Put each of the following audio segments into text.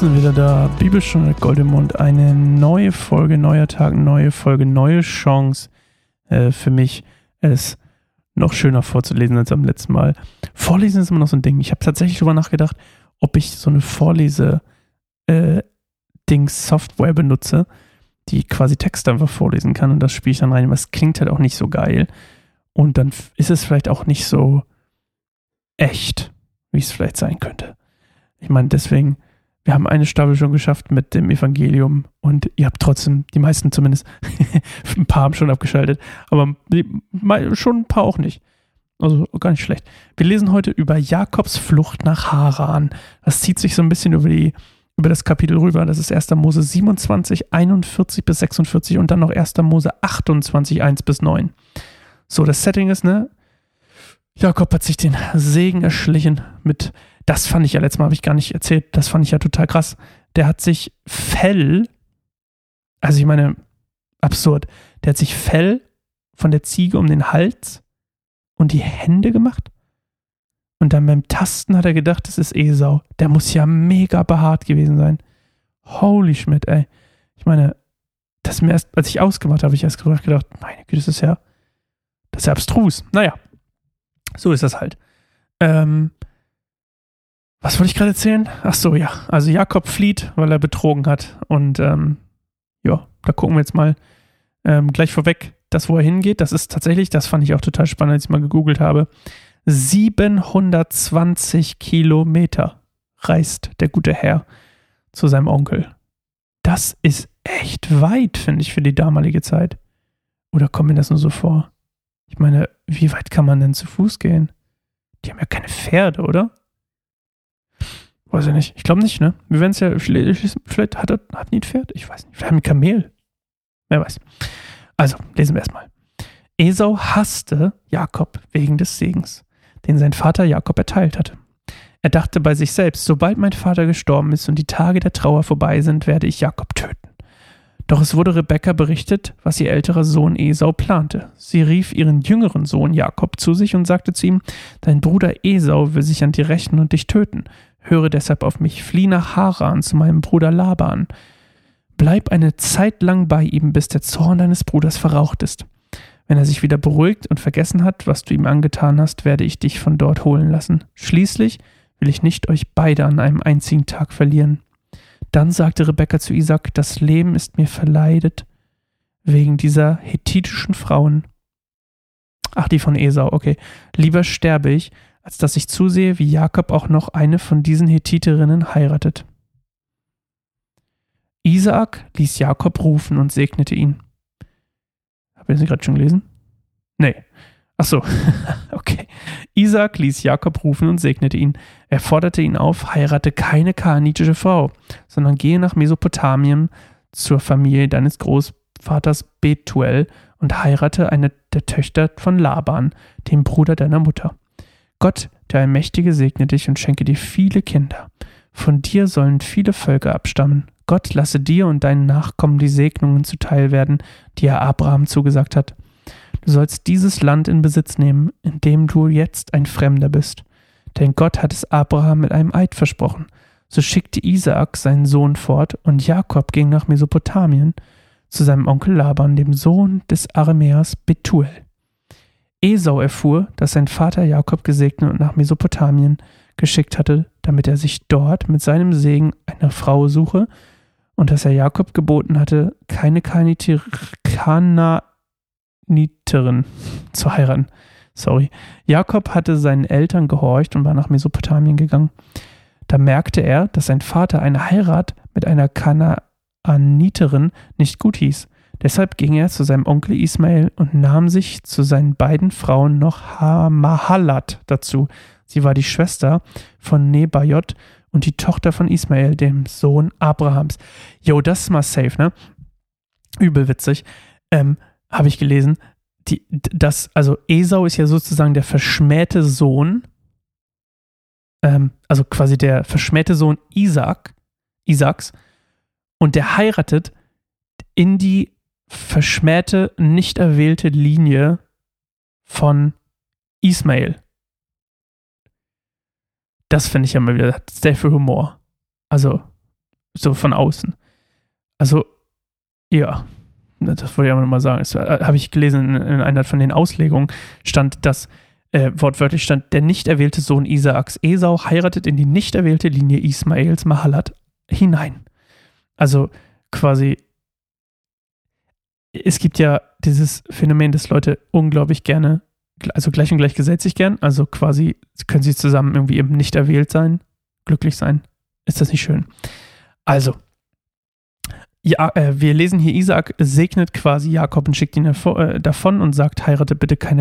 sind wieder da. Bibelstunde Goldemund. Eine neue Folge, neuer Tag, neue Folge, neue Chance für mich, es noch schöner vorzulesen als am letzten Mal. Vorlesen ist immer noch so ein Ding. Ich habe tatsächlich darüber nachgedacht, ob ich so eine Vorlese-Software benutze, die quasi Texte einfach vorlesen kann, und das spiele ich dann rein. Aber es klingt halt auch nicht so geil. Und dann ist es vielleicht auch nicht so echt, wie es vielleicht sein könnte. Ich meine, deswegen, wir haben eine Staffel schon geschafft mit dem Evangelium und ihr habt trotzdem, die meisten zumindest, ein paar haben schon abgeschaltet, aber schon ein paar auch nicht. Also gar nicht schlecht. Wir lesen heute über Jakobs Flucht nach Haran. Das zieht sich so ein bisschen über das Kapitel rüber. Das ist 1. Mose 27, 41 bis 46 und dann noch 1. Mose 28, 1 bis 9. So, das Setting ist, Jakob hat sich den Segen erschlichen mit, das fand ich ja letztes Mal, habe ich gar nicht erzählt, das fand ich ja total krass. Der hat sich Fell, also ich meine, absurd, der hat sich Fell von der Ziege um den Hals und die Hände gemacht. Und dann beim Tasten hat er gedacht, das ist Esau. Der muss ja mega behaart gewesen sein. Holy Schmidt, ey. Ich meine, das mir erst, als ich ausgemacht habe, ich erst gedacht, meine Güte, das ist ja abstrus. Naja, so ist das halt. Was wollte ich gerade erzählen? Ach so, ja. Also Jakob flieht, weil er betrogen hat. Und da gucken wir jetzt mal gleich vorweg, wo er hingeht. Das ist tatsächlich, das fand ich auch total spannend, als ich mal gegoogelt habe. 720 Kilometer reist der gute Herr zu seinem Onkel. Das ist echt weit, finde ich, für die damalige Zeit. Oder kommt mir das nur so vor? Ich meine, wie weit kann man denn zu Fuß gehen? Die haben ja keine Pferde, oder? Weiß ich nicht. Ich glaube nicht, ne? Wir werden es ja, vielleicht hat die ein Pferd? Ich weiß nicht. Vielleicht haben die ein Kamel. Wer weiß. Also, lesen wir erstmal. Esau hasste Jakob wegen des Segens, den sein Vater Jakob erteilt hatte. Er dachte bei sich selbst, sobald mein Vater gestorben ist und die Tage der Trauer vorbei sind, werde ich Jakob töten. Doch es wurde Rebekka berichtet, was ihr älterer Sohn Esau plante. Sie rief ihren jüngeren Sohn Jakob zu sich und sagte zu ihm, dein Bruder Esau will sich an dir rächen und dich töten. Höre deshalb auf mich, flieh nach Haran zu meinem Bruder Laban. Bleib eine Zeit lang bei ihm, bis der Zorn deines Bruders verraucht ist. Wenn er sich wieder beruhigt und vergessen hat, was du ihm angetan hast, werde ich dich von dort holen lassen. Schließlich will ich nicht euch beide an einem einzigen Tag verlieren. Dann sagte Rebekka zu Isaak, das Leben ist mir verleidet wegen dieser hethitischen Frauen. Ach, die von Esau, okay. Lieber sterbe ich, als dass ich zusehe, wie Jakob auch noch eine von diesen Hethiterinnen heiratet. Isaak ließ Jakob rufen und segnete ihn. Habt ihr das gerade schon gelesen? Nee. Ach so, okay. Isaak ließ Jakob rufen und segnete ihn. Er forderte ihn auf, heirate keine kanaanitische Frau, sondern gehe nach Mesopotamien zur Familie deines Großvaters Betuel und heirate eine der Töchter von Laban, dem Bruder deiner Mutter. Gott, der Allmächtige, segne dich und schenke dir viele Kinder. Von dir sollen viele Völker abstammen. Gott lasse dir und deinen Nachkommen die Segnungen zuteil werden, die er Abraham zugesagt hat. Du sollst dieses Land in Besitz nehmen, in dem du jetzt ein Fremder bist. Denn Gott hat es Abraham mit einem Eid versprochen. So schickte Isaak seinen Sohn fort und Jakob ging nach Mesopotamien zu seinem Onkel Laban, dem Sohn des Aramäers Betuel. Esau erfuhr, dass sein Vater Jakob gesegnet und nach Mesopotamien geschickt hatte, damit er sich dort mit seinem Segen eine Frau suche und dass er Jakob geboten hatte, keine Kanaaniterin zu heiraten. Jakob hatte seinen Eltern gehorcht und war nach Mesopotamien gegangen. Da merkte er, dass sein Vater eine Heirat mit einer Kanaaniterin nicht gut hieß. Deshalb ging er zu seinem Onkel Ismael und nahm sich zu seinen beiden Frauen noch Mahalat dazu. Sie war die Schwester von Nebajot und die Tochter von Ismael, dem Sohn Abrahams. Jo, das ist mal safe, ne? Übel witzig. Habe ich gelesen. Also Esau ist ja sozusagen der verschmähte Sohn, also quasi der verschmähte Sohn Isaaks, und der heiratet in die verschmähte, nicht erwählte Linie von Ismael. Das finde ich ja mal wieder sehr viel Humor. Also so von außen. Also, ja, das wollte ich aber mal sagen. Das habe ich gelesen in einer von den Auslegungen, stand, dass wortwörtlich stand, der nicht erwählte Sohn Isaaks, Esau, heiratet in die nicht erwählte Linie Ismaels, Mahalat, hinein. Also quasi, es gibt ja dieses Phänomen, dass Leute unglaublich gerne, also gleich und gleich gesellt sich gern, also quasi können sie zusammen irgendwie eben nicht erwählt sein, glücklich sein. Ist das nicht schön? Also, ja, wir lesen hier, Isaak segnet quasi Jakob und schickt ihn davon und sagt, heirate bitte keine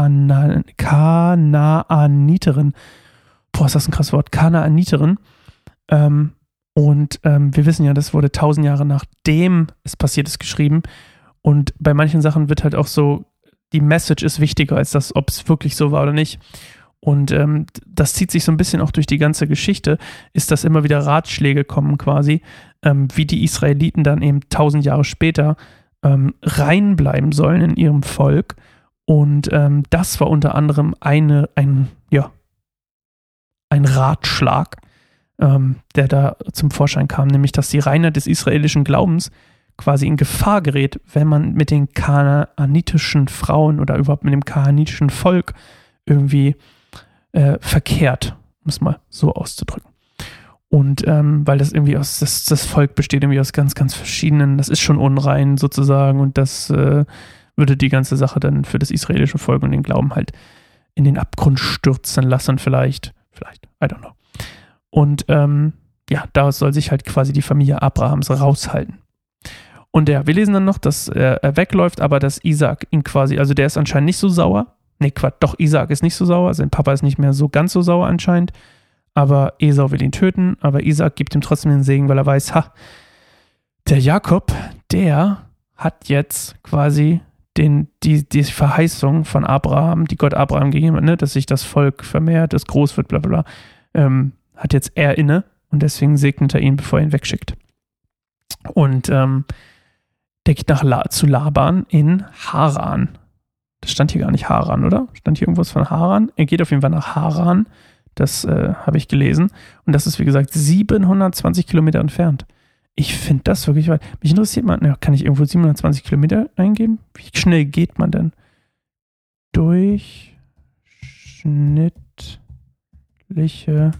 Kanaaniterin. Boah, ist das ein krasses Wort. Kanaaniterin. Wir wissen ja, das wurde 1000 Jahre nachdem es passiert ist geschrieben. Und bei manchen Sachen wird halt auch so, die Message ist wichtiger als das, ob es wirklich so war oder nicht. Und das zieht sich so ein bisschen auch durch die ganze Geschichte, ist, dass immer wieder Ratschläge kommen quasi, wie die Israeliten dann eben 1000 Jahre später rein bleiben sollen in ihrem Volk. Und das war unter anderem ein Ratschlag, der da zum Vorschein kam, nämlich, dass die Reinheit des israelischen Glaubens quasi in Gefahr gerät, wenn man mit den kanaanitischen Frauen oder überhaupt mit dem kanaanitischen Volk irgendwie verkehrt, um es mal so auszudrücken. Und weil das irgendwie das Volk besteht irgendwie aus ganz, ganz verschiedenen, das ist schon unrein sozusagen und das würde die ganze Sache dann für das israelische Volk und den Glauben halt in den Abgrund stürzen lassen vielleicht, I don't know. Und daraus soll sich halt quasi die Familie Abrahams raushalten. Und wir lesen dann noch, dass er wegläuft, aber dass Isaak ihn quasi, also der ist anscheinend nicht so sauer. Nee, Quatsch, doch, Isaak ist nicht so sauer, sein Papa ist nicht mehr so ganz so sauer anscheinend, aber Esau will ihn töten, aber Isaak gibt ihm trotzdem den Segen, weil er weiß, der Jakob, der hat jetzt quasi die Verheißung von Abraham, die Gott Abraham gegeben hat, ne, dass sich das Volk vermehrt, das groß wird, bla bla bla, hat jetzt er inne und deswegen segnet er ihn, bevor er ihn wegschickt. Und der geht zu Laban in Haran. Das stand hier gar nicht Haran, oder? Stand hier irgendwas von Haran? Er geht auf jeden Fall nach Haran. Das habe ich gelesen. Und das ist, wie gesagt, 720 Kilometer entfernt. Ich finde das wirklich weit. Mich interessiert mal, kann ich irgendwo 720 Kilometer eingeben? Wie schnell geht man denn? Durchschnittliche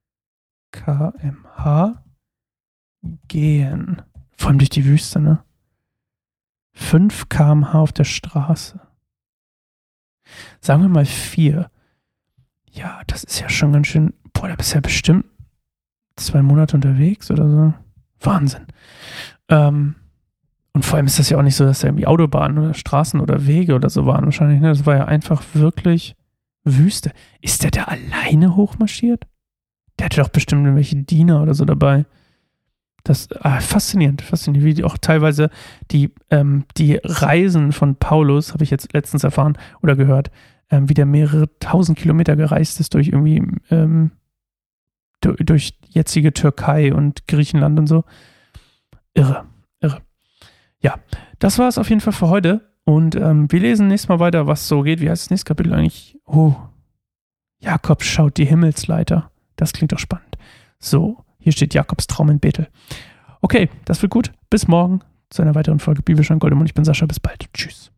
km/h gehen. Vor allem durch die Wüste, ne? 5 km/h auf der Straße. Sagen wir mal 4. Ja, das ist ja schon ganz schön. Boah, da bist du ja bestimmt 2 Monate unterwegs oder so. Wahnsinn. Und vor allem ist das ja auch nicht so, dass da irgendwie Autobahnen oder Straßen oder Wege oder so waren wahrscheinlich. Ne? Das war ja einfach wirklich Wüste. Ist der da alleine hochmarschiert? Der hatte doch bestimmt irgendwelche Diener oder so dabei. Das faszinierend, wie die auch teilweise die Reisen von Paulus, habe ich jetzt letztens erfahren oder gehört, wie der mehrere 1000 Kilometer gereist ist durch irgendwie durch jetzige Türkei und Griechenland und so. Irre. Ja, das war es auf jeden Fall für heute und wir lesen nächstes Mal weiter, was so geht. Wie heißt das nächste Kapitel eigentlich? Jakob schaut die Himmelsleiter. Das klingt doch spannend. So. Hier steht Jakobs Traum in Bethel. Okay, das wird gut. Bis morgen zu einer weiteren Folge Bibelstunde Gold im Mund. Ich bin Sascha. Bis bald. Tschüss.